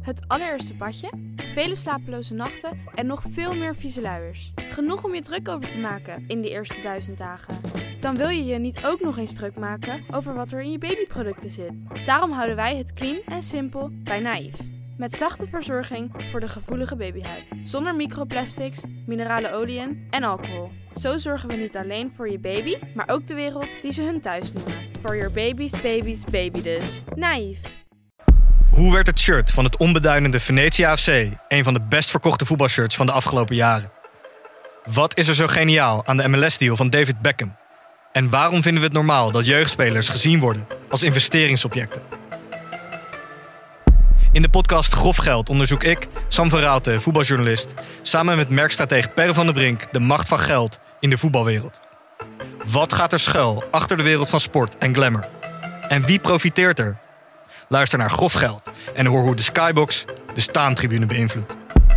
Het allereerste badje, vele slapeloze nachten en nog veel meer vieze luiers. Genoeg om je druk over te maken in die eerste 1000 dagen. Dan wil je je niet ook nog eens druk maken over wat er in je babyproducten zit. Daarom houden wij het clean en simpel bij Naïef. Met zachte verzorging voor de gevoelige babyhuid. Zonder microplastics, minerale oliën en alcohol. Zo zorgen we niet alleen voor je baby, maar ook de wereld die ze hun thuis noemen. For your baby's baby dus. Naïef. Hoe werd het shirt van het onbeduidende Venetia FC een van de best verkochte voetbalshirts van de afgelopen jaren? Wat is er zo geniaal aan de MLS-deal van David Beckham? En waarom vinden we het normaal dat jeugdspelers gezien worden als investeringsobjecten? In de podcast Grof Geld onderzoek ik, Sam van Raalte, voetbaljournalist, samen met merkstratege Per van der Brink de macht van geld in de voetbalwereld. Wat gaat er schuil achter de wereld van sport en glamour? En wie profiteert er? Luister naar Grof Geld en hoor hoe de Skybox de staantribune beïnvloedt.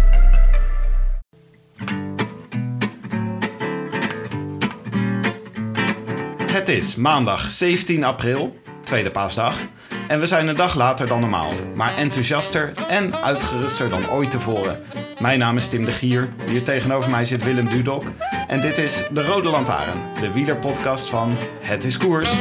Het is maandag 17 april, tweede paasdag. En we zijn een dag later dan normaal, maar enthousiaster en uitgeruster dan ooit tevoren. Mijn naam is Tim de Gier, hier tegenover mij zit Willem Dudok. En dit is De Rode Lantaarn, de wielerpodcast van Het is Koers.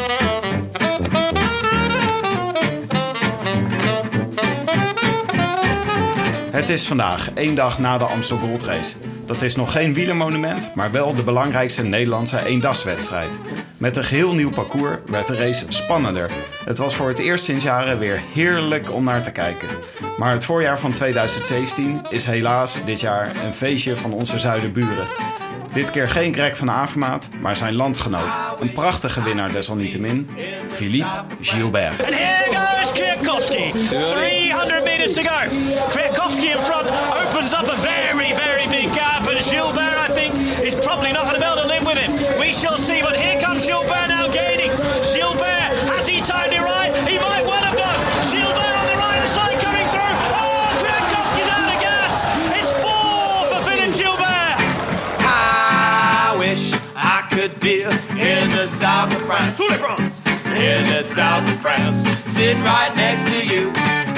Het is vandaag, 1 dag na de Amstel Gold Race. Dat is nog geen wielermonument, maar wel de belangrijkste Nederlandse eendagswedstrijd. Met een geheel nieuw parcours werd de race spannender. Het was voor het eerst sinds jaren weer heerlijk om naar te kijken. Maar het voorjaar van 2017 is helaas dit jaar een feestje van onze zuidenburen. Dit keer geen Greg van Avermaat, maar zijn landgenoot. Een prachtige winnaar desalniettemin, Philippe Gilbert. And here goes Kwiatkowski. 300 meters to go. Kwiatkowski in front opens up a very, very big gap. And Gilbert, I think, is probably not going to be able to live with him. We shall see. But here comes Gilbert now gaining. Gilbert, has he timed it right? He might well have done. Gilbert on the right side coming through. Oh, Kwiatkowski's out of gas. It's 4 for Philippe Gilbert. I wish I could be in the south of France. In the south of France, sitting right next to you.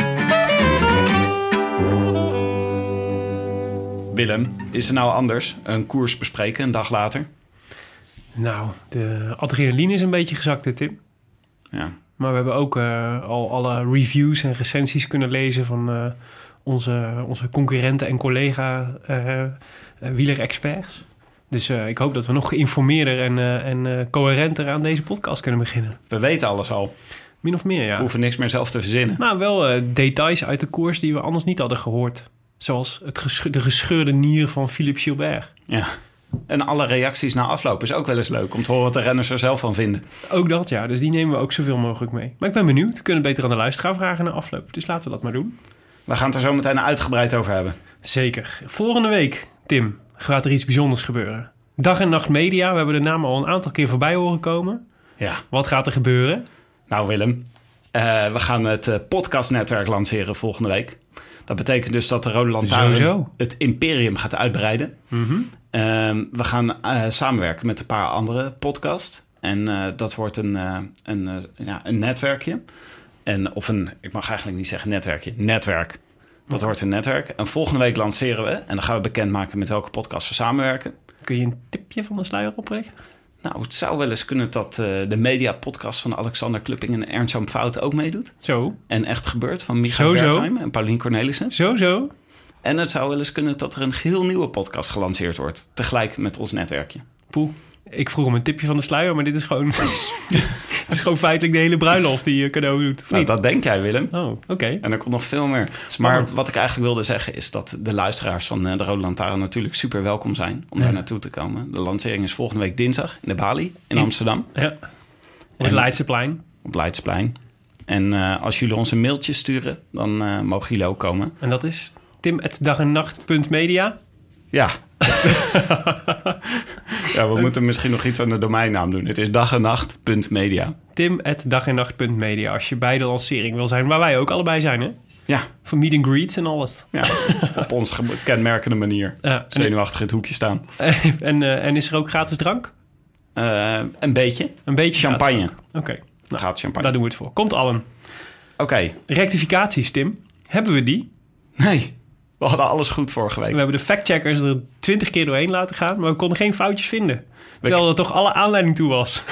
Willem, is er nou anders een koers bespreken een dag later? Nou, de adrenaline is een beetje gezakt, hè, Tim. Ja. Maar we hebben ook al alle reviews en recensies kunnen lezen van onze concurrenten en collega wielerexperts. Dus ik hoop dat we nog geïnformeerder en coherenter aan deze podcast kunnen beginnen. We weten alles al. Min of meer, ja. We hoeven niks meer zelf te verzinnen. Nou, wel details uit de koers die we anders niet hadden gehoord. Zoals de gescheurde nier van Philippe Gilbert. Ja. En alle reacties na afloop is ook wel eens leuk om te horen wat de renners er zelf van vinden. Ook dat, ja. Dus die nemen we ook zoveel mogelijk mee. Maar ik ben benieuwd. We kunnen beter aan de luisteraar vragen na afloop. Dus laten we dat maar doen. We gaan het er zo meteen uitgebreid over hebben. Zeker. Volgende week, Tim, gaat er iets bijzonders gebeuren. Dag en Nacht Media. We hebben de naam al een aantal keer voorbij horen komen. Ja. Wat gaat er gebeuren? Nou, Willem, we gaan het podcastnetwerk lanceren volgende week. Dat betekent dus dat de Rode Lantaarn het imperium gaat uitbreiden. Mm-hmm. We gaan samenwerken met een paar andere podcasts. En dat wordt een netwerkje. Ik mag eigenlijk niet zeggen netwerkje, netwerk. Dat wordt een netwerk. En volgende week lanceren we. En dan gaan we bekendmaken met welke podcast we samenwerken. Kun je een tipje van de sluier oprichten? Nou, het zou wel eens kunnen dat de media-podcast van Alexander Klupping en Ernst-Jan Fout ook meedoet. Zo. En Echt Gebeurd van Micha Wertheim en Paulien Cornelissen. Zo. En het zou wel eens kunnen dat er een geheel nieuwe podcast gelanceerd wordt. Tegelijk met ons netwerkje. Poeh. Ik vroeg om een tipje van de sluier, maar dit is gewoon... het is gewoon feitelijk de hele bruiloft die je cadeau doet. Nou, dat denk jij, Willem. Oh, oké. En er komt nog veel meer. Spannend. Maar wat ik eigenlijk wilde zeggen is dat de luisteraars van de Rode Lantaarn natuurlijk super welkom zijn om daar naartoe te komen. De lancering is volgende week dinsdag in de Bali in Amsterdam. Ja, op het Leidseplein. Op Leidseplein. En als jullie ons een mailtje sturen, dan mogen jullie ook komen. En dat is tim@dagennacht.media? Ja. Ja, we moeten misschien nog iets aan de domeinnaam doen. Het is dagennacht.media. tim@dagennacht.media als je bij de lancering wil zijn, waar wij ook allebei zijn, hè? Ja. Voor meet and greets en alles. Ja, op ons kenmerkende manier. Zenuwachtig in het hoekje staan. En is er ook gratis drank? Een beetje. Een beetje champagne. Oké. Gratis champagne. Daar doen we het voor. Komt allen. Oké. Rectificaties, Tim. Hebben we die? Nee, we hadden alles goed vorige week. We hebben de factcheckers er 20 keer doorheen laten gaan, maar we konden geen foutjes vinden. Terwijl er toch alle aanleiding toe was.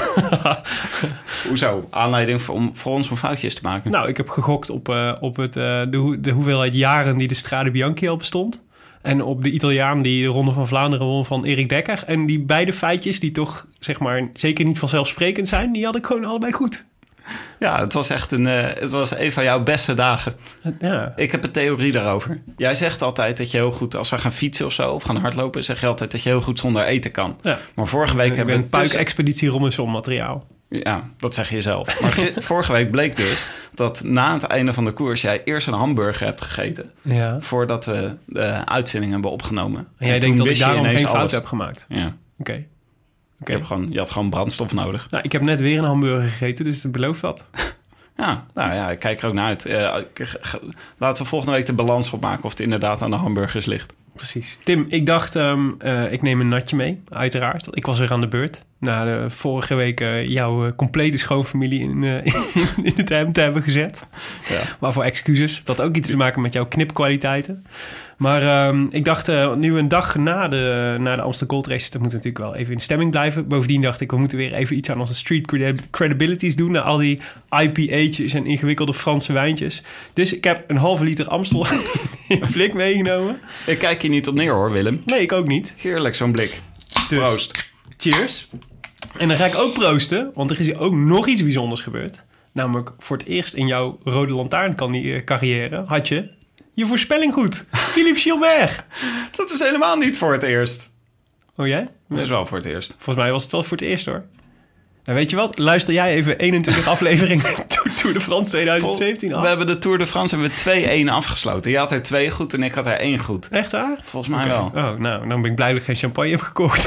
Hoezo? Aanleiding voor ons om foutjes te maken? Nou, ik heb gegokt op de hoeveelheid jaren die de Strade Bianchi al bestond. En op de Italiaan die de Ronde van Vlaanderen won van Erik Dekker. En die beide feitjes die toch, zeg maar, zeker niet vanzelfsprekend zijn, die had ik gewoon allebei goed. Ja, het was echt een van jouw beste dagen. Ja. Ik heb een theorie daarover. Jij zegt altijd dat je heel goed, als we gaan fietsen of zo, of gaan hardlopen, zeg je altijd dat je heel goed zonder eten kan. Ja. Maar vorige week hebben we een puikexpeditie Robinson materiaal. Ja, dat zeg je zelf. Maar vorige week bleek dus dat na het einde van de koers jij eerst een hamburger hebt gegeten. Ja. Voordat we de uitzending hebben opgenomen. En jij denkt dat ik daarom geen fout heb gemaakt? Ja. Oké. Je had gewoon brandstof nodig. Nou, ik heb net weer een hamburger gegeten, dus het belooft wat. Ja, nou ja, ik kijk er ook naar uit. Laten we volgende week de balans opmaken of het inderdaad aan de hamburgers ligt. Precies. Tim, ik dacht, ik neem een natje mee, uiteraard. Ik was weer aan de beurt. Na de vorige week jouw complete schoonfamilie in het hemd te hebben gezet. Ja. Waarvoor excuses. Dat had ook iets te maken met jouw knipkwaliteiten. Maar ik dacht, nu een dag na de Amstel Gold Race, dat moet natuurlijk wel even in stemming blijven. Bovendien dacht ik, we moeten weer even iets aan onze street credibilities doen. Na al die IPA'tjes en ingewikkelde Franse wijntjes. Dus ik heb een halve liter Amstel in een blik meegenomen. Ik kijk hier niet op neer hoor, Willem. Nee, ik ook niet. Heerlijk, zo'n blik. Dus, proost. Cheers. En dan ga ik ook proosten, want er is hier ook nog iets bijzonders gebeurd. Namelijk voor het eerst in jouw Rode Lantaarn-carrière had je voorspelling goed. Philippe Gilbert. Dat is helemaal niet voor het eerst. Oh jij? Dat is wel voor het eerst. Volgens mij was het wel voor het eerst hoor. Nou, weet je wat? Luister jij even 21 afleveringen Tour de France 2017 af. We hebben de Tour de France 2-1 afgesloten. Je had er 2 goed en ik had er 1 goed. Echt waar? Volgens mij wel. Oh, nou, dan ben ik blij dat ik geen champagne heb gekocht.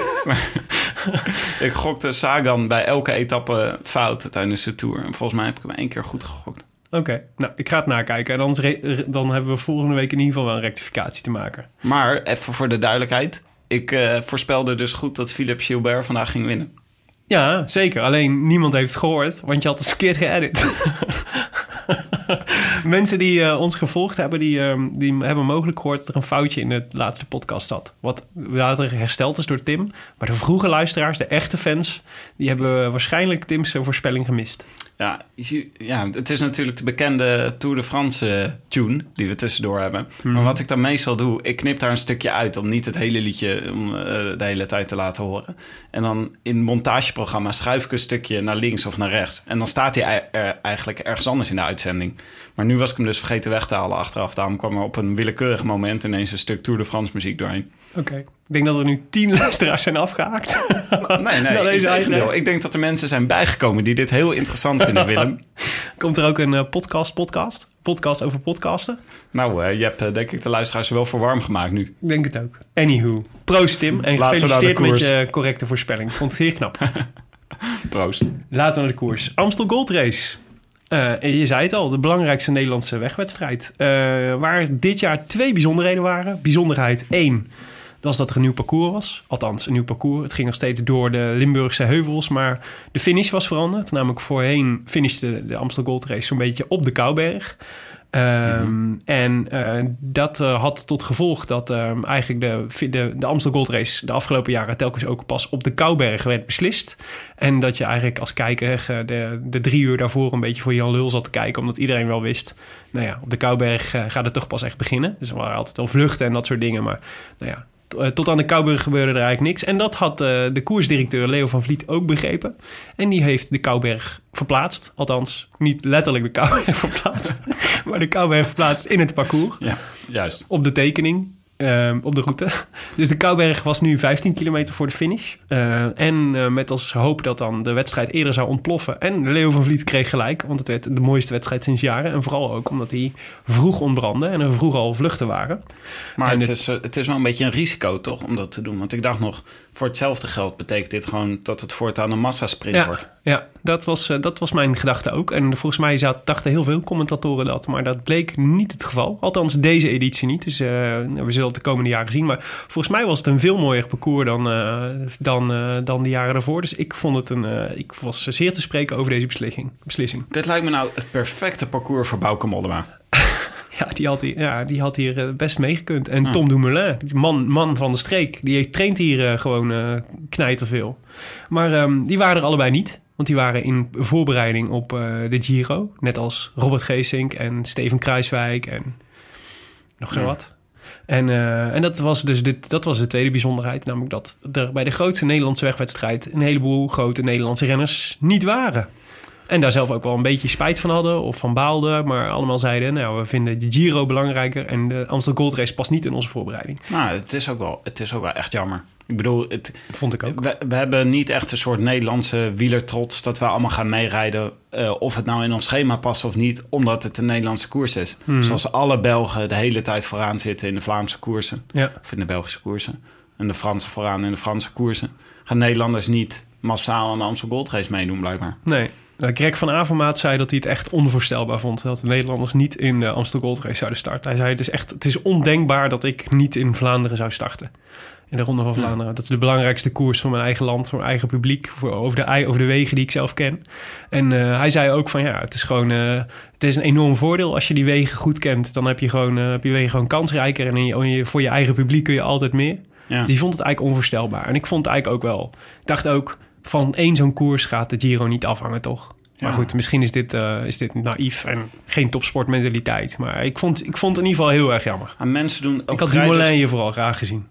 Ik gokte Sagan bij elke etappe fout tijdens de Tour. En volgens mij heb ik hem 1 keer goed gegokt. Oké, nou, ik ga het nakijken. En dan hebben we volgende week in ieder geval wel een rectificatie te maken. Maar, even voor de duidelijkheid. Ik voorspelde dus goed dat Philippe Gilbert vandaag ging winnen. Ja, zeker. Alleen niemand heeft het gehoord, want je had het verkeerd geëdit. Mensen die ons gevolgd hebben, die hebben mogelijk gehoord dat er een foutje in de laatste podcast zat. Wat later hersteld is door Tim. Maar de vroege luisteraars, de echte fans, die hebben waarschijnlijk Tim's voorspelling gemist. Ja, het is natuurlijk de bekende Tour de France tune die we tussendoor hebben. Maar wat ik dan meestal doe, ik knip daar een stukje uit om niet het hele liedje de hele tijd te laten horen. En dan in het montageprogramma schuif ik een stukje naar links of naar rechts. En dan staat hij eigenlijk ergens anders in de uitzending. Maar nu was ik hem dus vergeten weg te halen achteraf. Daarom kwam er op een willekeurig moment ineens een stuk Tour de France muziek doorheen. Oké. Ik denk dat er nu 10 luisteraars zijn afgehaakt. Nee. Ik denk dat er mensen zijn bijgekomen die dit heel interessant vinden, Willem. Komt er ook een podcast over podcasten? Nou, je hebt denk ik de luisteraars wel voor warm gemaakt nu. Ik denk het ook. Anywho, proost Tim en gefeliciteerd met je correcte voorspelling. Ik vond het zeer knap. Proost. Laten we naar de koers. Amstel Gold Race. Je zei het al, de belangrijkste Nederlandse wegwedstrijd. Waar dit jaar 2 bijzonderheden waren. Bijzonderheid 1... was dat er een nieuw parcours was. Althans, een nieuw parcours. Het ging nog steeds door de Limburgse heuvels, maar de finish was veranderd. Namelijk voorheen finishte de Amstel Gold Race zo'n beetje op de Kouberg. En dat had tot gevolg dat eigenlijk de Amstel Gold Race de afgelopen jaren telkens ook pas op de Kouberg werd beslist. En dat je eigenlijk als kijker de 3 uur daarvoor een beetje voor Jan Lul zat te kijken, omdat iedereen wel wist, nou ja, op de Kouberg gaat het toch pas echt beginnen. Dus er waren altijd wel vluchten en dat soort dingen, maar nou ja, tot aan de Kouberg gebeurde er eigenlijk niks. En dat had de koersdirecteur Leo van Vliet ook begrepen. En die heeft de Kouberg verplaatst. Althans, niet letterlijk de Kouberg verplaatst, maar de Kouberg verplaatst in het parcours. Ja, juist. Op de tekening. Op de route. Dus de Kouberg was nu 15 kilometer voor de finish. En met als hoop dat dan de wedstrijd eerder zou ontploffen. En Leo van Vliet kreeg gelijk, want het werd de mooiste wedstrijd sinds jaren. En vooral ook omdat hij vroeg ontbrandde en er vroeg al vluchten waren. Maar het is wel een beetje een risico toch, om dat te doen. Want ik dacht nog, voor hetzelfde geld betekent dit gewoon dat het voortaan een massasprint wordt. Ja, dat was mijn gedachte ook. En volgens mij dachten heel veel commentatoren dat. Maar dat bleek niet het geval. Althans, deze editie niet. Dus we zullen het de komende jaren zien. Maar volgens mij was het een veel mooier parcours dan de jaren daarvoor. Dus ik was zeer te spreken over deze beslissing. Dit lijkt me nou het perfecte parcours voor Bauke Mollema. die had hier best meegekund. En Tom Dumoulin, die man van de streek, die traint hier gewoon knijterveel. Maar die waren er allebei niet. Want die waren in voorbereiding op de Giro. Net als Robert Geesink en Steven Kruijswijk en nog zo wat. En dat was dus dat was de tweede bijzonderheid. Namelijk dat er bij de grootste Nederlandse wegwedstrijd een heleboel grote Nederlandse renners niet waren. En daar zelf ook wel een beetje spijt van hadden of van baalden. Maar allemaal zeiden, nou, we vinden de Giro belangrijker en de Amstel Gold Race past niet in onze voorbereiding. Nou, het is ook wel echt jammer. Ik bedoel, vond ik ook. We hebben niet echt een soort Nederlandse wielertrots dat we allemaal gaan meerijden. Of het nou in ons schema past of niet, omdat het een Nederlandse koers is. Zoals alle Belgen de hele tijd vooraan zitten in de Vlaamse koersen. Ja. Of in de Belgische koersen. En de Fransen vooraan in de Franse koersen. Gaan Nederlanders niet massaal aan de Amstel Gold Race meedoen, blijkbaar. Nee. Greg van Avermaat zei dat hij het echt onvoorstelbaar vond dat de Nederlanders niet in de Amstel Gold Race zouden starten. Hij zei, het is ondenkbaar dat ik niet in Vlaanderen zou starten. In de Ronde van Vlaanderen. Dat is de belangrijkste koers voor mijn eigen land, voor mijn eigen publiek, over de wegen die ik zelf ken. En hij zei ook van het is gewoon, het is een enorm voordeel als je die wegen goed kent. Dan heb je wegen gewoon kansrijker en voor je eigen publiek kun je altijd meer. Ja. Dus die vond het eigenlijk onvoorstelbaar. En ik vond het eigenlijk ook wel. Ik dacht ook, van één zo'n koers gaat de Giro niet afhangen, toch? Ja. Maar goed, misschien is dit naïef en geen topsportmentaliteit. Maar ik vond het in ieder geval heel erg jammer. En mensen doen ook ik had Dumoulin hier vooral graag gezien.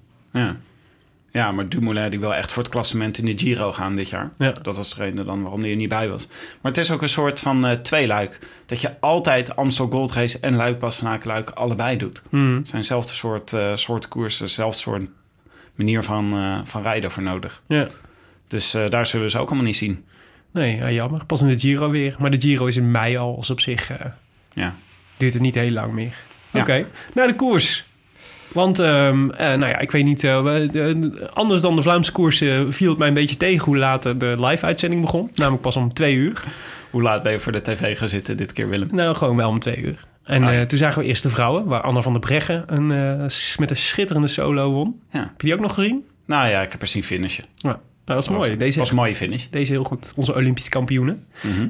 Ja, maar Dumoulin die wil echt voor het klassement in de Giro gaan dit jaar. Ja. Dat was de reden dan waarom hij er niet bij was. Maar het is ook een soort van tweeluik. Dat je altijd Amstel Gold Race en Luik-Bastenaken-Luik allebei doet. Het zijn dezelfde soort koersen, dezelfde soort manier van rijden voor nodig. Ja. Dus daar zullen we ze ook allemaal niet zien. Nee, jammer. Pas in de Giro weer. Maar de Giro is in mei al. Dus op zich duurt het niet heel lang meer. Ja. Oké, naar de koers. Want, ik weet niet... anders dan de Vlaamse koers viel het mij een beetje tegen hoe laat de live-uitzending begon. Namelijk pas om 2:00. Hoe laat ben je voor de tv gaan zitten dit keer, Willem? Nou, gewoon wel om 2:00. En toen zagen we eerst de vrouwen, waar Anna van der Breggen met een schitterende solo won. Ja. Heb je die ook nog gezien? Nou ja, ik heb er zien finishen. Ja. Nou, dat is mooi. Dat was een mooie finish. Deze heel goed. Onze Olympische kampioenen.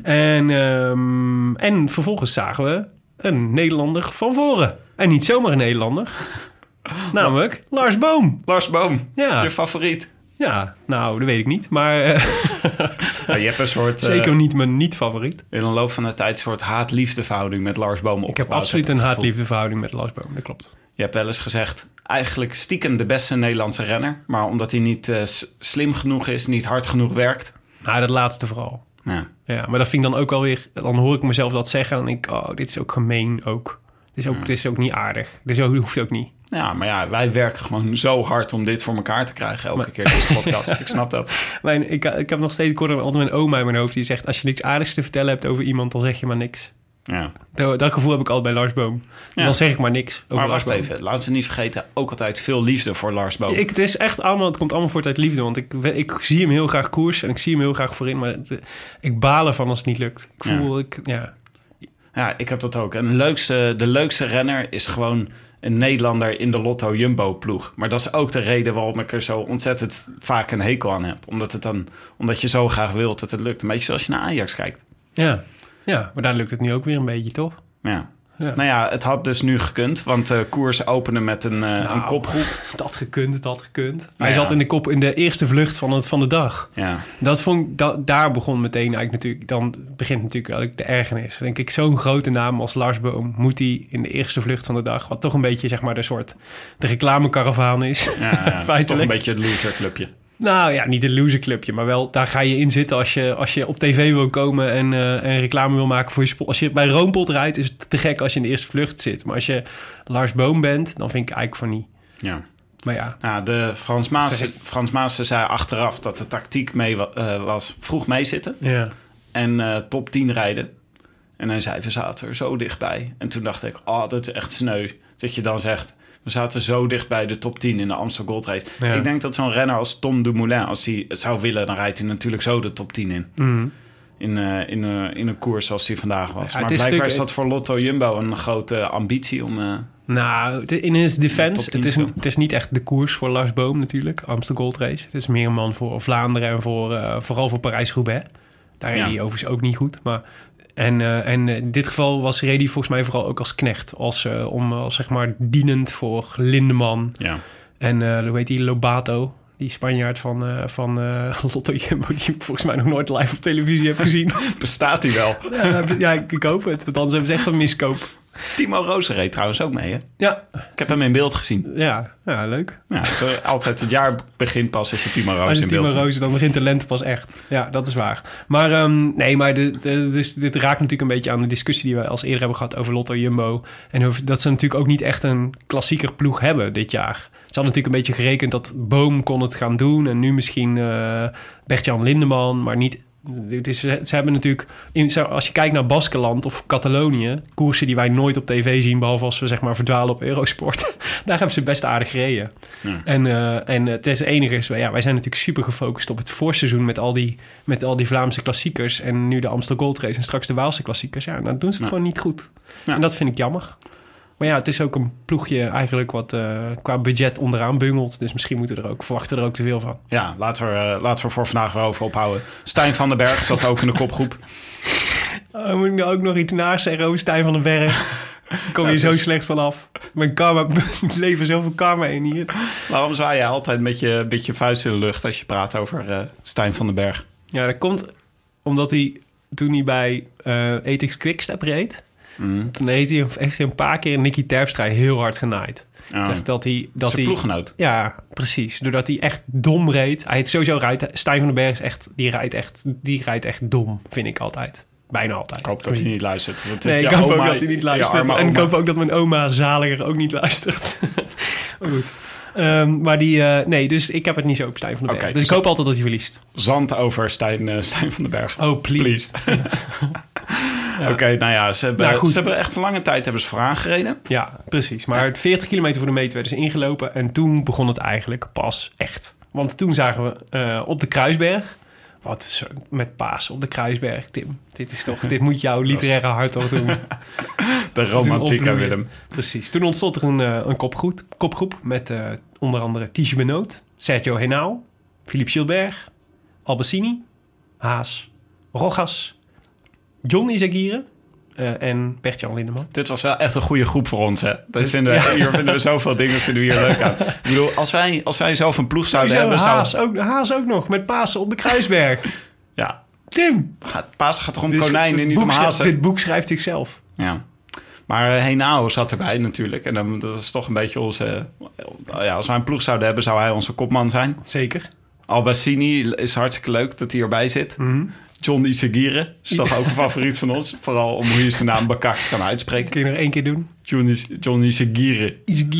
En vervolgens zagen we een Nederlander van voren. En niet zomaar een Nederlander. Namelijk Lars Boom. Lars Boom, je favoriet. Ja, nou, dat weet ik niet. Maar je hebt een soort... zeker niet mijn niet-favoriet. In de loop van de tijd een soort haat-liefdeverhouding met Lars Boom opgebouwd. Ik heb absoluut een haat-liefdeverhouding met Lars Boom, dat klopt. Je hebt wel eens gezegd, eigenlijk stiekem de beste Nederlandse renner. Maar omdat hij niet slim genoeg is, niet hard genoeg werkt. Nou, dat laatste vooral. Ja, maar dat vind ik dan ook wel weer... Dan hoor ik mezelf dat zeggen en dan denk ik... dit is ook gemeen ook. Dit is ook niet aardig. Dit hoeft ook niet. Ja, maar wij werken gewoon zo hard om dit voor elkaar te krijgen. Elke keer deze podcast. Ik snap dat. Ik heb nog steeds altijd mijn oma in mijn hoofd die zegt... als je niks aardigs te vertellen hebt over iemand, dan zeg je maar niks. Ja. Dat gevoel heb ik altijd bij Lars Boom. Dan zeg ik maar niks over Lars Boom. Even, laten we niet vergeten... ook altijd veel liefde voor Lars Boom. Het is echt het komt allemaal voort uit liefde. Want ik zie hem heel graag koers en ik zie hem heel graag voorin. Maar ik baal ervan als het niet lukt. Ik voel... Ja, ik heb dat ook. En de leukste renner is gewoon een Nederlander in de Lotto Jumbo-ploeg. Maar dat is ook de reden waarom ik er zo ontzettend vaak een hekel aan heb. Omdat je zo graag wilt dat het lukt. Een beetje zoals je naar Ajax kijkt. Ja, maar daar lukt het nu ook weer een beetje, toch? Ja. Nou ja, het had dus nu gekund. Want koers openen met een kopgroep. Het had gekund. Hij zat in de eerste vlucht van de dag. Ja. Daar begon meteen eigenlijk natuurlijk... Dan begint natuurlijk de ergernis. Denk ik, zo'n grote naam als Lars Boom... moet hij in de eerste vlucht van de dag... wat toch een beetje, zeg maar, de reclamekaravaan is. Ja, dat is toch een beetje het loserclubje. Nou ja, niet het loserclubje, maar wel daar ga je in zitten als je op tv wil komen en reclame wil maken voor je sport. Als je bij Roompot rijdt, is het te gek als je in de eerste vlucht zit. Maar als je Lars Boom bent, dan vind ik eigenlijk van niet. Ja. Maar ja. Nou, de Frans Maassen zei achteraf dat de tactiek was vroeg meezitten en top 10 rijden. En hij zei, we zaten er zo dichtbij. En toen dacht ik, dat is echt sneu. Dat je dan zegt... We zaten zo dicht bij de top 10 in de Amstel Gold Race. Ja. Ik denk dat zo'n renner als Tom Dumoulin... als hij het zou willen, dan rijdt hij natuurlijk zo de top 10 in. Mm. In een koers zoals die vandaag was. Ja, maar blijkbaar is dat voor Lotto Jumbo een grote ambitie om... in his defense, het is niet echt de koers voor Lars Boom natuurlijk. Amstel Gold Race. Het is meer een man voor Vlaanderen en vooral voor Parijs-Roubaix. Daar reed hij overigens ook niet goed. Maar En in dit geval reed hij volgens mij vooral ook als knecht. Als zeg maar dienend voor Lindeman. Ja. En hoe heet die? Lobato. Die Spanjaard van Lotto Jumbo, die ik volgens mij nog nooit live op televisie heb gezien. Bestaat hij wel? Ja, ik hoop het. Want anders hebben ze echt een miskoop. Timo Roos reed trouwens ook mee, hè? Ja. Ik heb hem in beeld gezien. Ja, leuk. Ja, altijd het jaar begint pas als je Timo Roos in beeld ziet. Timo Roos, dan begint de lente pas echt. Ja, dat is waar. Maar dus dit raakt natuurlijk een beetje aan de discussie die we als eerder hebben gehad over Lotto Jumbo. En dat ze natuurlijk ook niet echt een klassieker ploeg hebben dit jaar. Ze hadden natuurlijk een beetje gerekend dat Boom kon het gaan doen. En nu misschien Bert-Jan Lindeman, maar niet... Ze hebben natuurlijk, als je kijkt naar Baskeland of Catalonië, koersen die wij nooit op tv zien, behalve als we zeg maar verdwalen op Eurosport, daar hebben ze best aardig gereden. Ja. En het is enige is, wij zijn natuurlijk super gefocust op het voorseizoen met al die Vlaamse klassiekers en nu de Amstel Gold Race en straks de Waalse klassiekers. Ja, dan doen ze het gewoon niet goed. Ja. En dat vind ik jammer. Maar ja, het is ook een ploegje eigenlijk wat qua budget onderaan bungelt. Dus misschien verwachten er ook te veel van. Ja, laten we voor vandaag weer over ophouden. Stijn van den Berg zat ook in de kopgroep. Moet ik nou ook nog iets naast zeggen over Stijn van den Berg? Ik kom hier zo slecht vanaf. Mijn leven zoveel karma in hier. Waarom zwaai je altijd met je vuist in de lucht als je praat over Stijn van den Berg? Ja, dat komt omdat hij toen hij bij Ethics Quickstep reed... Toen heeft hij een paar keer Nicky Terpstra heel hard genaaid. Zijn ploeggenoot. Ja, precies. Doordat hij echt dom reed. Stijn van den Berg is echt, die rijdt echt dom, vind ik altijd. Bijna altijd. Ik hoop dat hij niet luistert. Ik hoop ook dat hij niet luistert. En ik hoop ook dat mijn oma zaliger ook niet luistert. Maar goed. Dus ik heb het niet zo op Stijn van den Berg. Okay, dus ik hoop altijd dat hij verliest. Zand over Stijn van den Berg. Oh, please. Ja. Oké, nou ja, ze hebben echt een lange tijd vooraan gereden. Ja, precies. Maar 40 kilometer voor de meet werden ze ingelopen. En toen begon het eigenlijk pas echt. Want toen zagen we op de Kruisberg... Wat is met Pasen op de Kruisberg, Tim? Dit moet jouw literaire hart toch doen. De romantiek, hè, Willem. Precies. Toen ontstond er een kopgroep met onder andere Tiesje Benoot, Sergio Henao, Philippe Gilbert, Albacini, Haas, Rojas, John Izagirre en Bert-Jan Lindeman. Dit was wel echt een goede groep voor ons, hè? Hier vinden we zoveel dingen vinden we hier leuk aan. Ik bedoel, als wij zelf een ploeg zouden hebben... Haas ook nog, met Pasen op de Kruisberg. Ja. Tim! Pasen gaat toch om konijnen en niet om hazen? Dit boek schrijft zichzelf. Ja. Maar Henao zat erbij natuurlijk. En dat is toch een beetje onze... als wij een ploeg zouden hebben, zou hij onze kopman zijn. Zeker. Albacini is hartstikke leuk dat hij erbij zit. Mm-hmm. John Izagirre is toch ook een favoriet van ons. Vooral om hoe je zijn naam bekakt kan uitspreken. Kun je nog 1 keer doen? John Izagirre.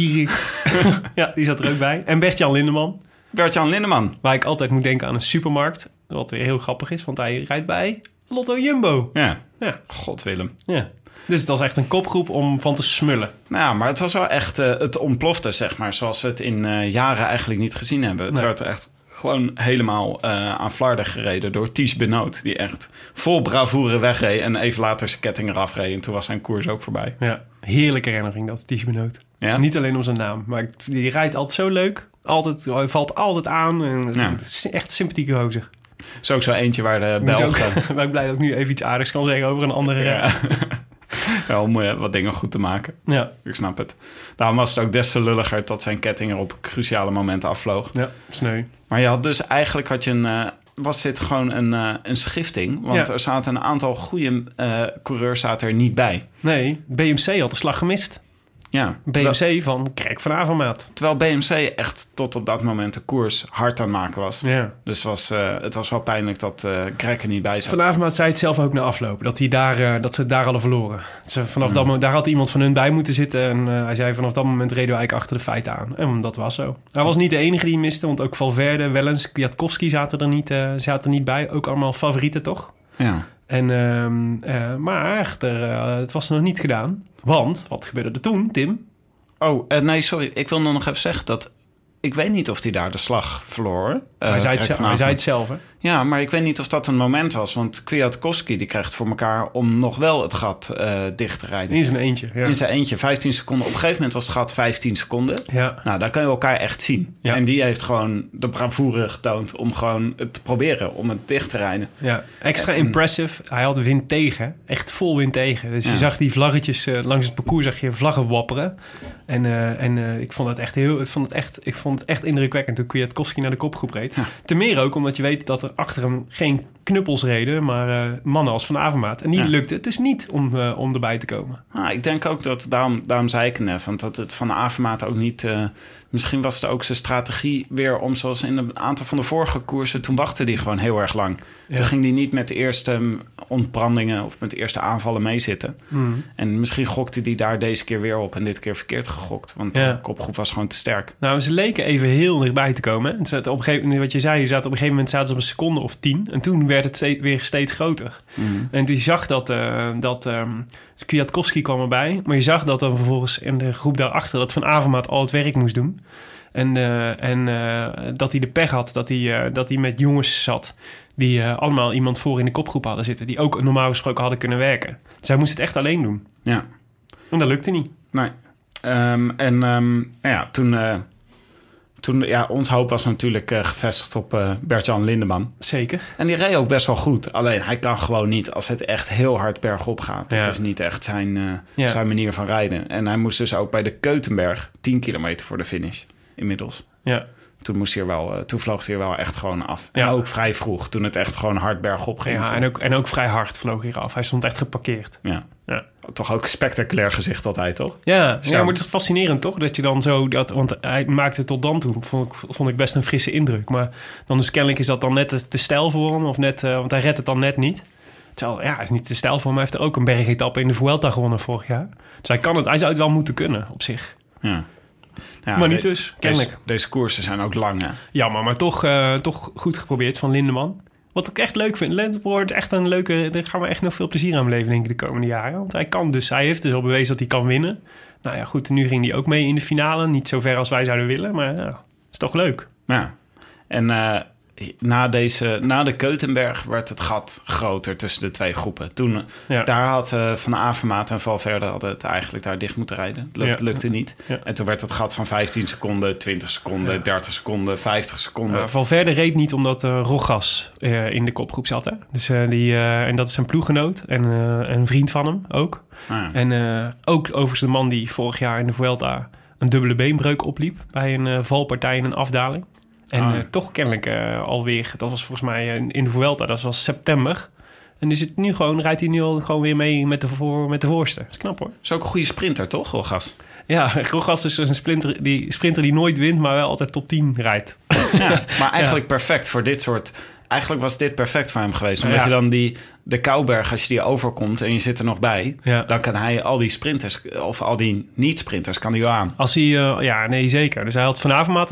Ja, die zat er ook bij. En Bert-Jan Lindeman. Waar ik altijd moet denken aan een supermarkt. Wat weer heel grappig is, want hij rijdt bij Lotto Jumbo. Ja. God Willem. Ja. Dus het was echt een kopgroep om van te smullen. Nou, maar het was wel echt... het ontplofte, zeg maar. Zoals we het in jaren eigenlijk niet gezien hebben. Het werd echt... Gewoon helemaal aan flarden gereden door Ties Benoot. Die echt vol bravoure wegreed en even later zijn ketting eraf reed. En toen was zijn koers ook voorbij. Ja, heerlijke herinnering dat, Ties Benoot. Ja? Niet alleen om zijn naam, maar die rijdt altijd zo leuk. Hij valt altijd aan. En het is echt een sympathieke gozer. Is ook zo eentje waar de Belgen... Ik ben blij dat ik nu even iets aardigs kan zeggen over een andere rij. Ja, om wat dingen goed te maken. Ja. Ik snap het. Daarom was het ook des te lulliger dat zijn ketting er op cruciale momenten afvloog. Ja, sneu. Maar je had dus eigenlijk was dit gewoon een schifting. Want er zaten een aantal goede coureurs zaten er niet bij. Nee, BMC had de slag gemist. Ja, BMC van Krek van Avermaat. Terwijl BMC echt tot op dat moment de koers hard aan het maken was. Ja. Dus het was wel pijnlijk dat Krek er niet bij zat. Van Avermaat zei het zelf ook na afloop. Dat ze het daar hadden verloren. Vanaf dat moment, daar had iemand van hun bij moeten zitten. En hij zei vanaf dat moment reden we eigenlijk achter de feiten aan. En dat was zo. Hij was niet de enige die miste. Want ook Valverde, Wellens, Kwiatkowski zaten er niet bij. Ook allemaal favorieten, toch? Ja. Maar het was nog niet gedaan. Want, wat gebeurde er toen, Tim? Oh, nee, sorry. Ik wil nog even zeggen dat Ik weet niet of hij daar de slag verloor. Hij zei het zelf, hè? Ja, maar ik weet niet of dat een moment was. Want Kwiatkowski die krijgt voor elkaar om nog wel het gat dicht te rijden. In zijn eentje, ja. In zijn eentje, 15 seconden. Op een gegeven moment was het gat 15 seconden. Ja. Nou, daar kan je elkaar echt zien. Ja. En die heeft gewoon de bravoure getoond om gewoon het te proberen. Om het dicht te rijden. Ja, extra impressive. Hij had de wind tegen. Echt vol wind tegen. Dus je zag die vlaggetjes langs het parcours, zag je vlaggen wapperen. En ik vond het echt indrukwekkend toen Kwiatkowski naar de kopgroep reed. Ja. Ten meer ook omdat je weet dat er achter hem geen knuppels reden, maar mannen als Van Avermaat. En die lukte het dus niet om erbij te komen. Ik denk ook dat, daarom zei ik het net, want dat het Van Avermaat ook niet... misschien was het ook zijn strategie weer om, zoals in een aantal van de vorige koersen, toen wachtte hij gewoon heel erg lang. Ja. Toen ging hij niet met de eerste ontbrandingen of met de eerste aanvallen meezitten. Mm. En misschien gokte hij daar deze keer weer op en dit keer verkeerd gegokt. Want de kopgroep was gewoon te sterk. Nou, ze leken even heel dichtbij te komen. Hè? Op een gegeven moment, wat je zei, op een gegeven moment zaten ze op een seconde of 10. En toen werd het weer steeds groter. Mm. En toen zag dat Kwiatkowski kwam erbij. Maar je zag dat dan vervolgens in de groep daarachter dat Van Avermaat al het werk moest doen. En dat hij de pech had dat hij met jongens zat die allemaal iemand voor in de kopgroep hadden zitten, die ook normaal gesproken hadden kunnen werken. Dus hij moest het echt alleen doen. Ja. En dat lukte niet. Nee. Toen ons hoop was natuurlijk gevestigd op Bert-Jan Lindeman. Zeker. En die reed ook best wel goed. Alleen hij kan gewoon niet als het echt heel hard bergop gaat. Dat is niet echt zijn manier van rijden. En hij moest dus ook bij de Keutenberg 10 kilometer voor de finish inmiddels. Ja. Toen vloog hij er wel echt gewoon af. Ja. En ook vrij vroeg, toen het echt gewoon hard bergop ging. Ja, en ook vrij hard vloog hij af. Hij stond echt geparkeerd. Ja. Toch ook spectaculair gezicht altijd, toch? Ja, maar het is fascinerend, toch? Dat je dan zo... want hij maakte tot dan toe, vond ik best een frisse indruk. Maar dan is kennelijk is dat dan net te stijl voor hem. Of net, want hij redt het dan net niet. Terwijl, hij is niet te stijl voor hem. Hij heeft er ook een bergetappe in de Vuelta gewonnen vorig jaar. Dus hij zou het wel moeten kunnen, op zich. Ja. Ja, maar niet dus, kennelijk. Deze koersen zijn ook lang, hè? Ja, maar toch goed geprobeerd van Lindeman. Wat ik echt leuk vind. Lens wordt echt een leuke... Daar gaan we echt nog veel plezier aan beleven, denk ik, de komende jaren. Want hij heeft dus al bewezen dat hij kan winnen. Nou ja, goed, nu ging hij ook mee in de finale. Niet zo ver als wij zouden willen, maar is toch leuk. Ja, en na de Keutenberg werd het gat groter tussen de twee groepen. Toen, daar had Van Avermaat en Valverde hadden het eigenlijk daar dicht moeten rijden. Het lukte niet. Ja. En toen werd het gat van 15 seconden, 20 seconden, 30 seconden, 50 seconden. Valverde reed niet omdat Rogas in de kopgroep zat. Hè? Dus, en dat is zijn ploeggenoot en een vriend van hem ook. En ook overigens de man die vorig jaar in de Vuelta een dubbele beenbreuk opliep bij een valpartij in een afdaling. En toch kennelijk alweer, dat was volgens mij in de Vuelta, dat was september. En rijdt hij nu al gewoon weer mee met de voorste. Dat is knap, hoor. Is ook een goede sprinter, toch, Rogas? Ja, Rogas is een sprinter die nooit wint, maar wel altijd top 10 rijdt. Ja, maar eigenlijk perfect voor dit soort... Eigenlijk was dit perfect voor hem geweest. Omdat je dan de Kouberg, als je die overkomt en je zit er nog bij... dan kan hij al die sprinters, of al die niet-sprinters, kan hij wel aan. Als hij, zeker. Dus hij had Van Avermaat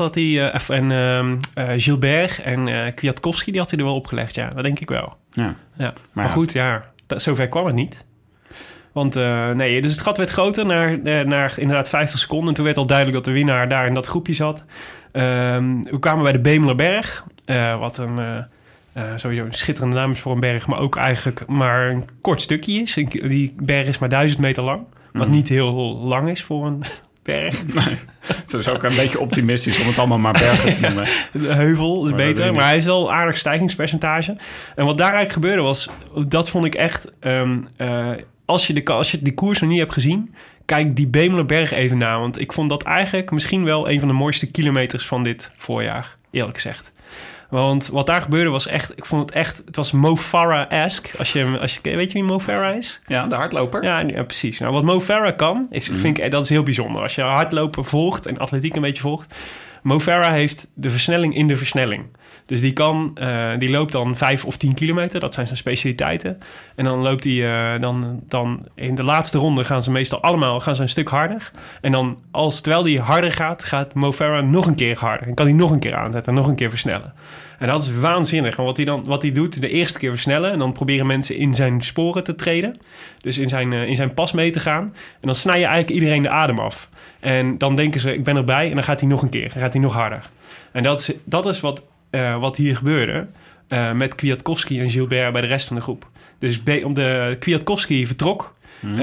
Gilbert en Kwiatkowski, die had hij er wel opgelegd. Ja, dat denk ik wel. Ja. Maar goed, zover kwam het niet. Want dus het gat werd groter naar inderdaad 50 seconden. En toen werd al duidelijk dat de winnaar daar in dat groepje zat. We kwamen bij de Bemelerberg, wat sowieso een schitterende naam is voor een berg, maar ook eigenlijk maar een kort stukje is. Die berg is maar 1000 meter lang, wat niet heel lang is voor een berg. Nee, het is ook een beetje optimistisch om het allemaal maar bergen te noemen. De heuvel is beter, maar hij heeft wel een aardig stijgingspercentage. En wat daar eigenlijk gebeurde was, dat vond ik echt... Als je die koers nog niet hebt gezien, kijk die Bemelerberg even na. Want ik vond dat eigenlijk misschien wel een van de mooiste kilometers van dit voorjaar, eerlijk gezegd. Want wat daar gebeurde was echt... Ik vond het echt... Het was Mo Farah-esque. Weet je wie Mo Farah is? Ja, de hardloper. Ja, precies. Nou, wat Mo Farah kan, vind ik, dat is heel bijzonder. Als je hardlopen volgt en atletiek een beetje volgt... Mo Farah heeft de versnelling in de versnelling. Dus die loopt dan 5 of 10 kilometer. Dat zijn zijn specialiteiten. En dan loopt hij... dan in de laatste ronde gaan ze meestal allemaal een stuk harder. En dan terwijl hij harder gaat Mo Farah nog een keer harder. En kan hij nog een keer aanzetten en nog een keer versnellen. En dat is waanzinnig. Want wat hij doet, de eerste keer versnellen... en dan proberen mensen in zijn sporen te treden. Dus in zijn pas mee te gaan. En dan snij je eigenlijk iedereen de adem af. En dan denken ze, ik ben erbij. En dan gaat hij nog een keer. Dan gaat hij nog harder. En dat is wat hier gebeurde... met Kwiatkowski en Gilbert bij de rest van de groep. Dus Kwiatkowski vertrok.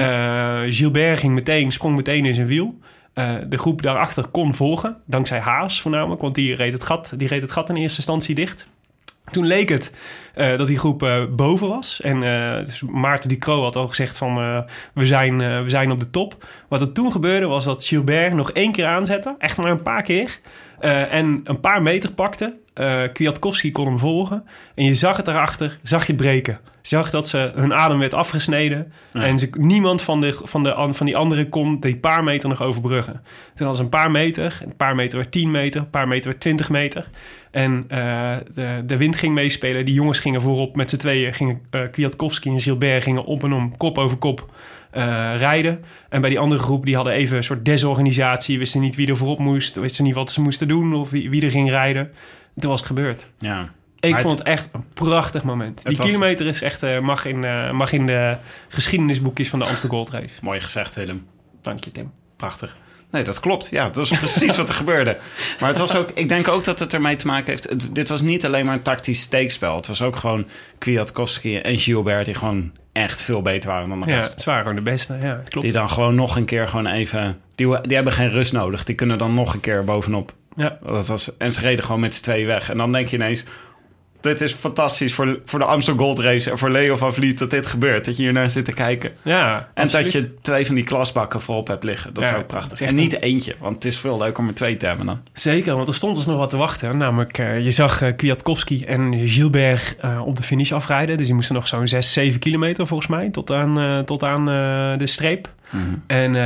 Gilbert sprong meteen in zijn wiel... de groep daarachter kon volgen. Dankzij Haas voornamelijk, want die reed het gat in eerste instantie dicht. Toen leek het dat die groep boven was. En dus Maarten Ducrot had al gezegd van we zijn op de top. Wat er toen gebeurde was dat Gilbert nog 1 keer aanzette. Echt maar een paar keer. En een paar meter pakte. Kwiatkowski kon hem volgen. En je zag het daarachter, zag je het breken. Je zag dat hun adem werd afgesneden. Ja. En niemand van die anderen kon die paar meter nog overbruggen. Toen hadden ze een paar meter werd 10 meter, een paar meter werd 20 meter. En de wind ging meespelen. Die jongens gingen voorop met z'n tweeën. Kwiatkowski en Gilbert gingen op en om, kop over kop rijden. En bij die andere groep, die hadden even een soort desorganisatie. Wisten niet wie er voorop moest. Wisten niet wat ze moesten doen of wie er ging rijden. En toen was het gebeurd. Ja. Ik vond het echt een prachtig moment. Die kilometer is echt, mag in de geschiedenisboekjes van de Amstel Gold Race. Mooi gezegd, Willem. Dank je, Tim. Prachtig. Nee, dat klopt. Ja, dat is precies wat er gebeurde. Maar het was ook, ik denk ook dat het ermee te maken heeft... Dit was niet alleen maar een tactisch steekspel. Het was ook gewoon Kwiatkowski en Gilbert... die gewoon echt veel beter waren dan de rest. Ja, het waren gewoon de beste. Ja, klopt. Die dan gewoon nog een keer gewoon even... Die hebben geen rust nodig. Die kunnen dan nog een keer bovenop. Ja. En ze reden gewoon met z'n tweeën weg. En dan denk je ineens... Dit is fantastisch voor de Amstel Gold Race... en voor Leo van Vliet dat dit gebeurt. Dat je hier naar zit te kijken. Ja, en absoluut. Dat je 2 van die klasbakken voorop hebt liggen. Dat is ook prachtig. En niet eentje, want het is veel leuker om er 2 te hebben dan. Zeker, want er stond dus nog wat te wachten. Namelijk, je zag Kwiatkowski en Gilbert op de finish afrijden. Dus die moesten nog zo'n 6-7 kilometer volgens mij... tot aan de streep. Mm-hmm.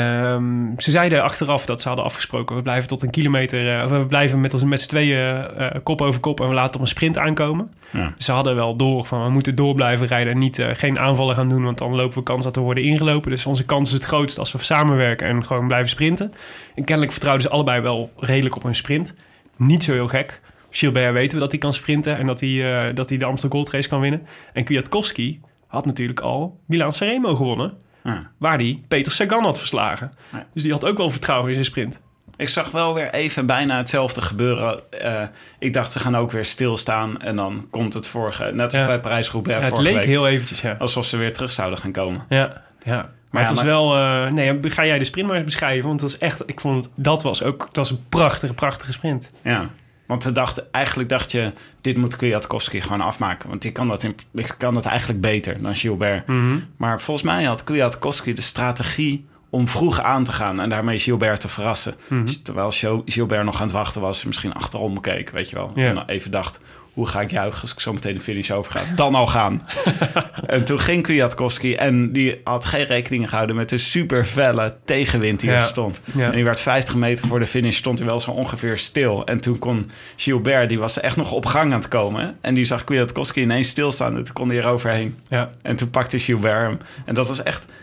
En ze zeiden achteraf dat ze hadden afgesproken... we blijven tot een kilometer... we blijven met z'n tweeën kop over kop... en we laten op een sprint aankomen. Ja. Ze hadden wel door van... we moeten door blijven rijden... en geen aanvallen gaan doen... want dan lopen we kans dat we worden ingelopen. Dus onze kans is het grootst als we samenwerken... en gewoon blijven sprinten. En kennelijk vertrouwden ze allebei wel redelijk op hun sprint. Niet zo heel gek. Gilbert weten we dat hij kan sprinten... en dat hij de Amstel Gold Race kan winnen. En Kwiatkowski had natuurlijk al Milaan-San Remo gewonnen... Ja. Waar die Peter Sagan had verslagen. Ja. Dus die had ook wel vertrouwen in zijn sprint. Ik zag wel weer even bijna hetzelfde gebeuren. Ik dacht, ze gaan ook weer stilstaan. En dan komt het vorige... Net als bij Parijs-Roubaix vorige week. Het leek heel eventjes, ja. Alsof ze weer terug zouden gaan komen. Ja. Maar het was wel... ga jij de sprint maar eens beschrijven? Want dat is echt... Ik vond dat was een prachtige sprint. Ja. Want eigenlijk dacht je, dit moet Kwiatkowski gewoon afmaken. Want die kan dat eigenlijk beter dan Gilbert. Mm-hmm. Maar volgens mij had Kwiatkowski de strategie om vroeg aan te gaan... en daarmee Gilbert te verrassen. Mm-hmm. Dus terwijl Gilbert nog aan het wachten was... misschien achterom keek, weet je wel. Yeah. En dan even dacht... hoe ga ik juichen als ik zo meteen de finish overga? Dan al gaan. En toen ging Kwiatkowski... en die had geen rekening gehouden... met de super felle tegenwind die er stond. Ja. En die werd 50 meter voor de finish... stond hij wel zo ongeveer stil. En toen kon Gilbert... die was echt nog op gang aan het komen... en die zag Kwiatkowski ineens stilstaan... en toen kon hij er overheen. Ja. En toen pakte Gilbert hem. En dat was echt...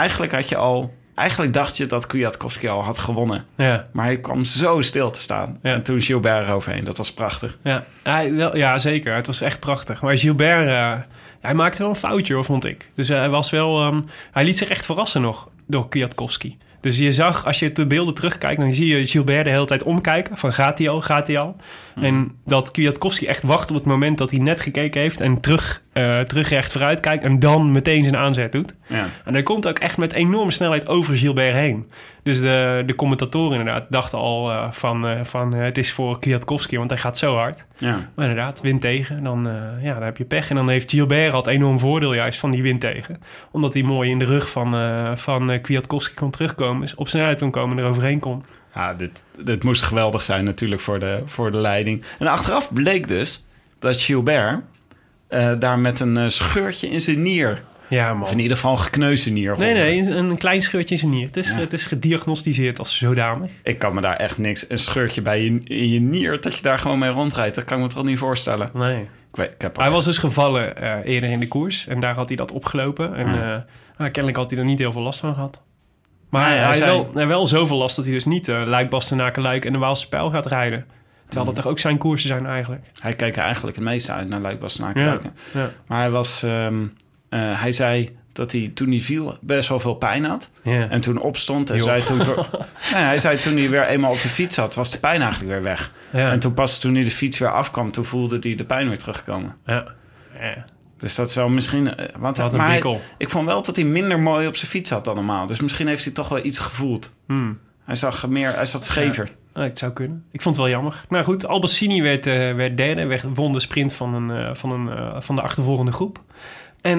Eigenlijk dacht je dat Kwiatkowski al had gewonnen. Ja. Maar hij kwam zo stil te staan. Ja. En toen Gilbert eroverheen. Dat was prachtig. Ja, zeker. Het was echt prachtig. Maar Gilbert... hij maakte wel een foutje, vond ik. Dus hij was wel... hij liet zich echt verrassen nog door Kwiatkowski. Dus je zag, als je de beelden terugkijkt... dan zie je Gilbert de hele tijd omkijken. Van, gaat hij al? Mm. En dat Kwiatkowski echt wacht op het moment... dat hij net gekeken heeft... en terug recht vooruit kijkt... en dan meteen zijn aanzet doet. Ja. En hij komt ook echt met enorme snelheid over Gilbert heen. Dus de commentatoren inderdaad dachten al van het is voor Kwiatkowski... want hij gaat zo hard. Ja. Maar inderdaad, wind tegen. Dan heb je pech. En dan heeft Gilbert al het enorm voordeel juist van die wind tegen. Omdat hij mooi in de rug van Kwiatkowski kon terugkomen. Dus op snelheid kon komen en er overheen kon. Ja, dit moest geweldig zijn natuurlijk voor de leiding. En achteraf bleek dus dat Gilbert... daar met een scheurtje in zijn nier Ja, man. Of in ieder geval een gekneusde nier. Nee, een klein scheurtje in zijn nier. Het is gediagnosticeerd als zodanig. Ik kan me daar echt niks... Een scheurtje bij in je nier, dat je daar gewoon mee rondrijdt. Dat kan ik me toch niet voorstellen. Nee. Hij was dus gevallen eerder in de koers. En daar had hij dat opgelopen. En kennelijk had hij er niet heel veel last van gehad. Maar hij had wel zoveel last dat hij dus niet Luik, Bastenaken, Luik en de Waalse Pijl gaat rijden. Terwijl dat toch ook zijn koersen zijn eigenlijk. Hij keek er eigenlijk het meeste uit naar Luik, Bastenaken, Luik. Ja. Maar hij was... hij zei dat hij toen hij viel best wel veel pijn had. Ja. En toen opstond en hij zei toen hij weer eenmaal op de fiets zat, was de pijn eigenlijk weer weg. Ja. En toen hij de fiets weer afkwam, toen voelde hij de pijn weer terugkomen. Ja. Dus dat is wel misschien... ik vond wel dat hij minder mooi op zijn fiets zat dan normaal. Dus misschien heeft hij toch wel iets gevoeld. Hij zat schever. Ja. Het zou kunnen. Ik vond het wel jammer. Nou goed, Albacini werd derde. Won de sprint van de achtervolgende groep. En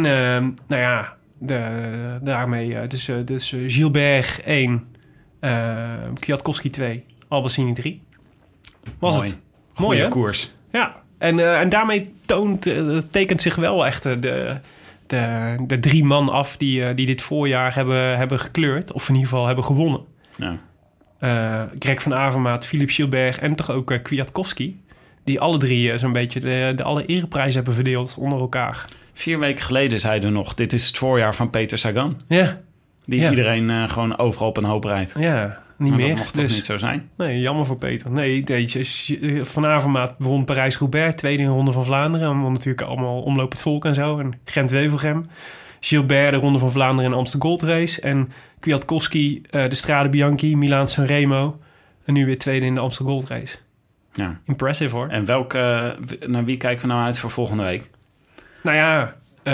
daarmee dus Gilbert 1, Kwiatkowski 2, Albacini 3. Was mooi. Het? Goeie Mooi, hè? Koers. Ja, en daarmee tekent zich wel echt de 3 man af die dit voorjaar hebben gekleurd. Of in ieder geval hebben gewonnen. Ja. Greg van Avermaat, Philippe Gilbert en toch ook Kwiatkowski. Die alle 3 zo'n beetje de alle ereprijzen hebben verdeeld onder elkaar. 4 weken geleden zeiden we nog, dit is het voorjaar van Peter Sagan. Ja. Die iedereen gewoon overal op een hoop rijdt. Ja, niet maar meer. Dat mocht toch niet zo zijn? Nee, jammer voor Peter. Nee, Van Avermaat won Parijs-Roubaix, tweede in de Ronde van Vlaanderen. En won natuurlijk allemaal omlopend volk en zo. En Gent-Wevelgem. Gilbert de Ronde van Vlaanderen en Amstel Gold Race. En Kwiatkowski de Strade Bianchi, Milaan-San Remo. En nu weer tweede in de Amstel Gold Race. Ja. Impressive hoor. En naar wie kijken we nou uit voor volgende week? Nou ja,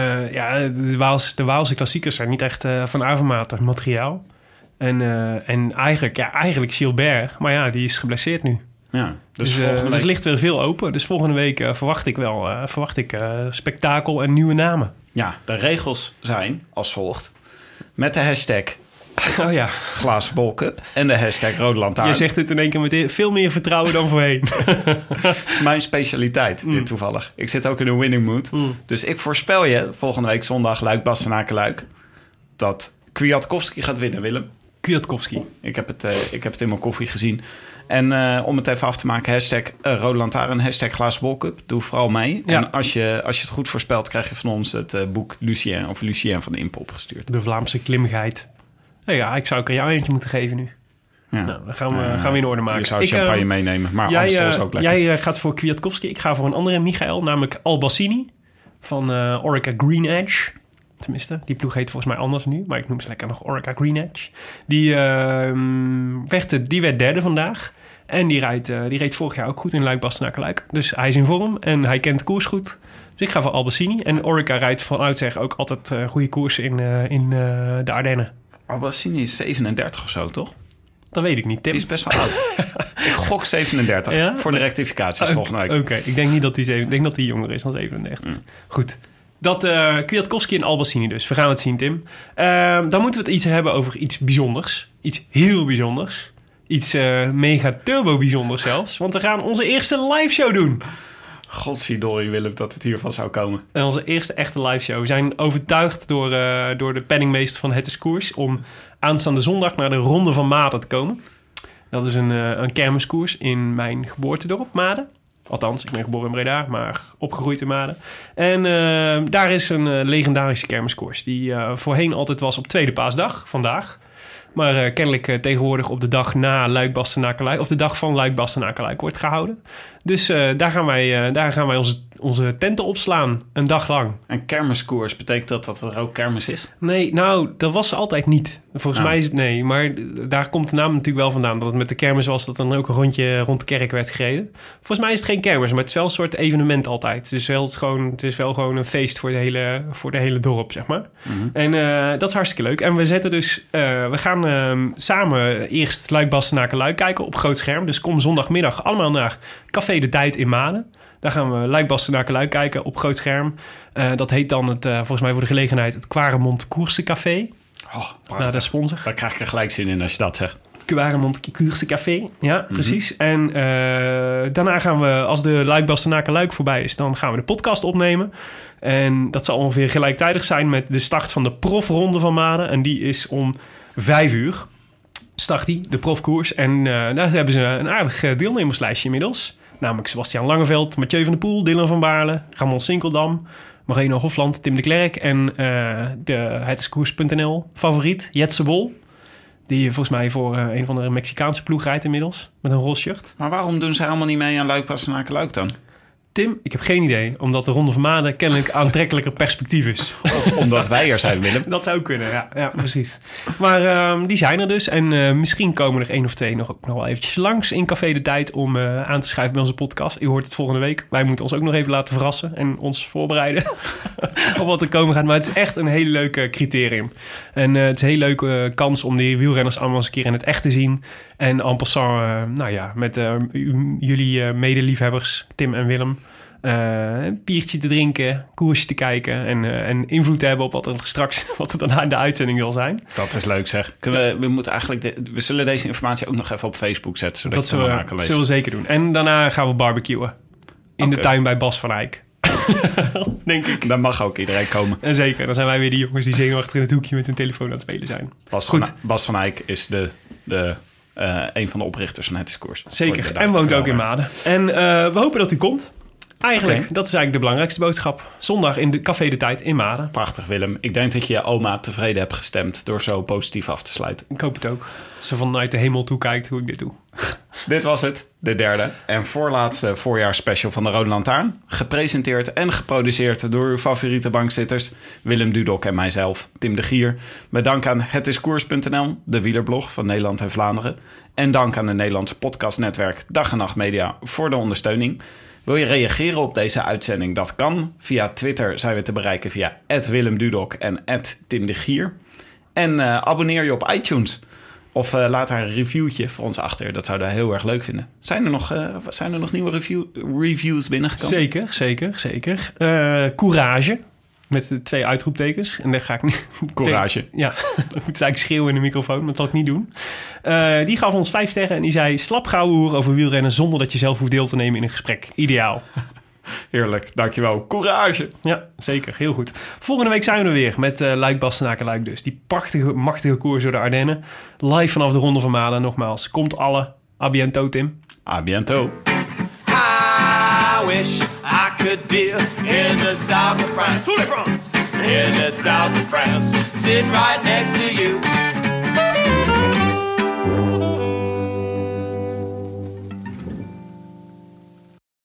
de Waalse klassiekers zijn niet echt van Avermaat materiaal. En eigenlijk Gilbert. Maar ja, die is geblesseerd nu. Ja, dus er ligt weer veel open. Dus volgende week verwacht ik spektakel en nieuwe namen. Ja, de regels zijn als volgt. Met de hashtag Glazen Bol Cup en de hashtag Rode Lantaarn. Je zegt het in één keer met veel meer vertrouwen dan voorheen. Mijn specialiteit, dit toevallig. Ik zit ook in een winning mood. Dus ik voorspel je volgende week zondag Luik, Bastenaken, Luik dat Kwiatkowski gaat winnen, Willem. Kwiatkowski. Ik heb het in mijn koffie gezien. En om het even af te maken, hashtag Rode Lantaarn, hashtag Glazen Bol Cup. Doe vooral mee. Ja. En als je het goed voorspelt, krijg je van ons het boek Lucien van de Imp opgestuurd. De Vlaamse klimtigheid. Ja, ik zou er jou eentje moeten geven nu. Ja. Nou, dan gaan we in orde maken. Je zou champagne meenemen, maar Amstel is ook lekker. Jij gaat voor Kwiatkowski. Ik ga voor een andere Michael, namelijk Albacini van Orica Green Edge. Tenminste, die ploeg heet volgens mij anders nu, maar ik noem ze lekker nog Orica Green Edge. Die werd derde vandaag. En die reed vorig jaar ook goed in Luik, Bastenaken, Luik. Dus hij is in vorm en hij kent de koers goed. Dus ik ga voor Albacini. En Orica rijdt vanuit zich ook altijd goede koersen in de Ardennen. Albacini is 37 of zo, toch? Dat weet ik niet, Tim. Die is best wel oud. Ik gok 37 voor de rectificaties volgende week. Oké, ik denk niet dat ik denk dat hij jonger is dan 37. Goed. Dat Kwiatkowski en Albacini dus. We gaan het zien, Tim. Dan moeten we het iets hebben over iets bijzonders. Iets heel bijzonders. Iets mega turbo bijzonders zelfs. Want we gaan onze eerste live show doen. Godzijdank, Willem, dat het hiervan zou komen. En onze eerste echte live show. We zijn overtuigd door de penningmeester van Het is Koers om aanstaande zondag naar de Ronde van Maden te komen. Dat is een kermiskoers in mijn geboortedorp, Maden. Althans, ik ben geboren in Breda, maar opgegroeid in Maden. En daar is een legendarische kermiskoers die voorheen altijd was op tweede paasdag, vandaag. Maar kennelijk tegenwoordig op de dag na Luik, Bastenaken, Luik, of de dag van Luik, Bastenaken, Luik wordt gehouden. Dus daar gaan wij onze tenten opslaan, een dag lang. En kermiskoers, betekent dat er ook kermis is? Nee, nou, dat was altijd niet. Volgens mij is het nee, maar daar komt de naam natuurlijk wel vandaan. Dat het met de kermis was dat dan ook een rondje rond de kerk werd gereden. Volgens mij is het geen kermis, maar het is wel een soort evenement altijd. Dus het is wel gewoon een feest voor de hele dorp, zeg maar. Mm-hmm. En dat is hartstikke leuk. En we zetten dus, we gaan samen eerst Luik, Bastenaken, Luik kijken op groot scherm. Dus kom zondagmiddag allemaal naar Café de Tijd in Maden. Daar gaan we Luik, Bastenaken, Luik kijken op groot scherm. Dat heet dan volgens mij voor de gelegenheid het Quaremont Koersencafé. Oh, de sponsor. Daar krijg ik er gelijk zin in als je dat zegt. Quaremont Café. Ja, precies. En daarna gaan we, als de Luik-Bastenaken-Luik voorbij is, dan gaan we de podcast opnemen. En dat zal ongeveer gelijktijdig zijn met de start van de profronde van Maden. En die is om 5:00. Start die, de profkoers. En daar hebben ze een aardig deelnemerslijstje inmiddels. Namelijk Sebastiaan Langeveld, Mathieu van der Poel, Dylan van Baarle, Ramon Sinkeldam, Moreno Hofland, Tim de Klerk en de hetiskoers.nl favoriet, Jetse Bol. Die volgens mij voor een van de Mexicaanse ploeg rijdt inmiddels. Met een roze shirt. Maar waarom doen ze helemaal niet mee aan Luik-Bastenaken-Luik dan? Tim, ik heb geen idee. Omdat de Ronde van Maden kennelijk aantrekkelijker perspectief is. Of omdat wij er zijn, Willem. Dat zou kunnen, ja precies. Maar die zijn er dus. En misschien komen er 1 of 2 nog wel eventjes langs in Café de Tijd om aan te schrijven bij onze podcast. U hoort het volgende week. Wij moeten ons ook nog even laten verrassen en ons voorbereiden op wat er komen gaat. Maar het is echt een hele leuke criterium. En het is een hele leuke kans om die wielrenners allemaal eens een keer in het echt te zien. En en passant, met jullie medeliefhebbers, Tim en Willem, een biertje te drinken, koersje te kijken en invloed te hebben op wat er daarna in de uitzending zal zijn. Dat is leuk zeg. We moeten eigenlijk we zullen deze informatie ook nog even op Facebook zetten, zodat dat zullen we zeker doen. En daarna gaan we barbecuen in de tuin bij Bas van Eyck. Denk ik. Daar mag ook iedereen komen. En zeker, dan zijn wij weer die jongens die zenuwachtig in het hoekje met hun telefoon aan het spelen zijn. Bas van Eyck is een van de oprichters van Hetiskoers. Zeker, en woont ook in Maden. En we hopen dat u komt. Eigenlijk, dat is eigenlijk de belangrijkste boodschap. Zondag in de Café de Tijd in Maden. Prachtig, Willem. Ik denk dat je oma tevreden hebt gestemd door zo positief af te sluiten. Ik hoop het ook. Als ze vanuit de hemel toekijkt hoe ik dit doe. Dit was het, de derde en voorlaatste voorjaarsspecial van de Rode Lantaarn. Gepresenteerd en geproduceerd door uw favoriete bankzitters Willem Dudok en mijzelf, Tim de Gier. Met dank aan hetiskoers.nl, de wielerblog van Nederland en Vlaanderen. En dank aan het Nederlandse podcastnetwerk Dag en Nacht Media voor de ondersteuning. Wil je reageren op deze uitzending? Dat kan. Via Twitter zijn we te bereiken via @WillemDudok en @Tim de Gier. En abonneer je op iTunes. Of laat daar een reviewtje voor ons achter. Dat zouden we heel erg leuk vinden. Zijn er nog nieuwe reviews binnengekomen? Zeker. Courage. Met de 2 uitroeptekens. En daar ga ik niet... Courage. Ja, dat moet eigenlijk schreeuwen in de microfoon. Maar dat zal ik niet doen. Die gaf ons 5 sterren en die zei... slap gouden hoer over wielrennen zonder dat je zelf hoeft deel te nemen in een gesprek. Ideaal. Heerlijk, dankjewel. Courage. Ja, zeker. Heel goed. Volgende week zijn we er weer met Luik-Bastenaken-Luik dus. Die prachtige, machtige koers door de Ardennen. Live vanaf de Ronde van Maden. Nogmaals, komt alle. A biento, Tim. A biento. I wish I could be in the south of France. In the south of France, sitting right next to you.